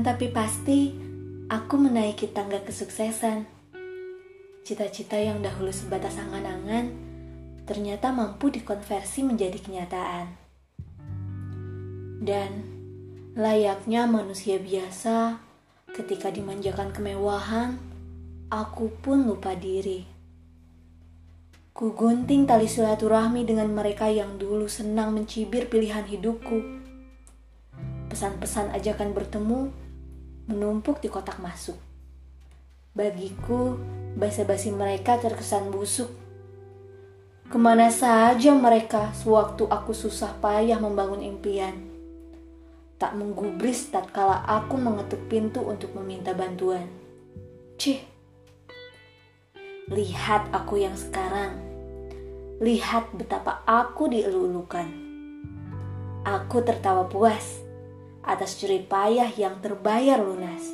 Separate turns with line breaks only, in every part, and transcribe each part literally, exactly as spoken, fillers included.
tapi pasti, aku menaiki tangga kesuksesan. Cita-cita yang dahulu sebatas angan-angan, ternyata mampu dikonversi menjadi kenyataan. Dan layaknya manusia biasa, ketika dimanjakan kemewahan, aku pun lupa diri. Ku gunting tali silaturahmi dengan mereka yang dulu senang mencibir pilihan hidupku. Pesan-pesan ajakan bertemu menumpuk di kotak masuk. Bagiku, basa-basi mereka terkesan busuk. Kemana saja mereka sewaktu aku susah payah membangun impian. Tak menggubris tatkala aku mengetuk pintu untuk meminta bantuan. Cih, lihat aku yang sekarang. Lihat betapa aku dielu-elukan. Aku tertawa puas atas jerih payah yang terbayar lunas.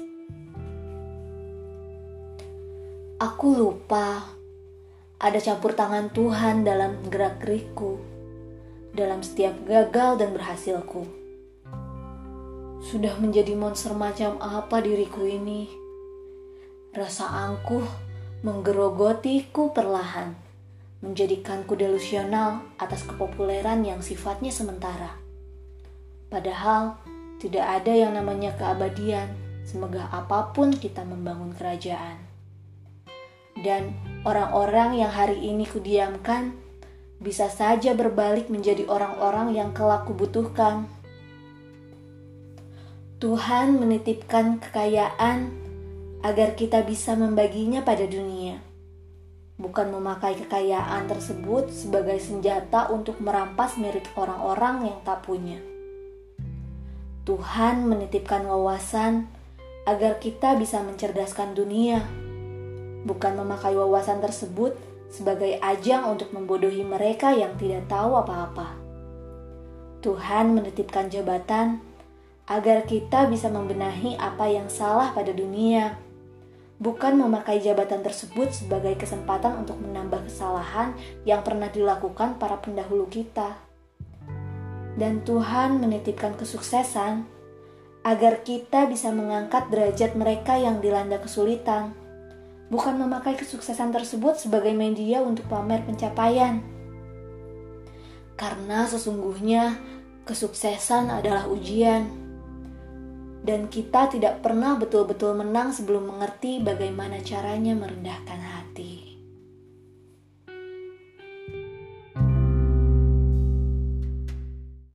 Aku lupa ada campur tangan Tuhan dalam gerak-gerikku, dalam setiap gagal dan berhasilku. Sudah menjadi monster macam apa diriku ini? Rasa angkuh menggerogotiku perlahan, menjadikanku delusional atas kepopuleran yang sifatnya sementara. Padahal tidak ada yang namanya keabadian, semegah apapun kita membangun kerajaan. Dan orang-orang yang hari ini kudiamkan, bisa saja berbalik menjadi orang-orang yang kelak kubutuhkan. Tuhan menitipkan kekayaan agar kita bisa membaginya pada dunia. Bukan memakai kekayaan tersebut sebagai senjata untuk merampas milik orang-orang yang tak punya. Tuhan menitipkan wawasan agar kita bisa mencerdaskan dunia, bukan memakai wawasan tersebut sebagai ajang untuk membodohi mereka yang tidak tahu apa-apa. Tuhan menitipkan jabatan agar kita bisa membenahi apa yang salah pada dunia, bukan memakai jabatan tersebut sebagai kesempatan untuk menambah kesalahan yang pernah dilakukan para pendahulu kita. Dan Tuhan menitipkan kesuksesan agar kita bisa mengangkat derajat mereka yang dilanda kesulitan, bukan memakai kesuksesan tersebut sebagai media untuk pamer pencapaian. Karena sesungguhnya kesuksesan adalah ujian, dan kita tidak pernah betul-betul menang sebelum mengerti bagaimana caranya merendahkan hati.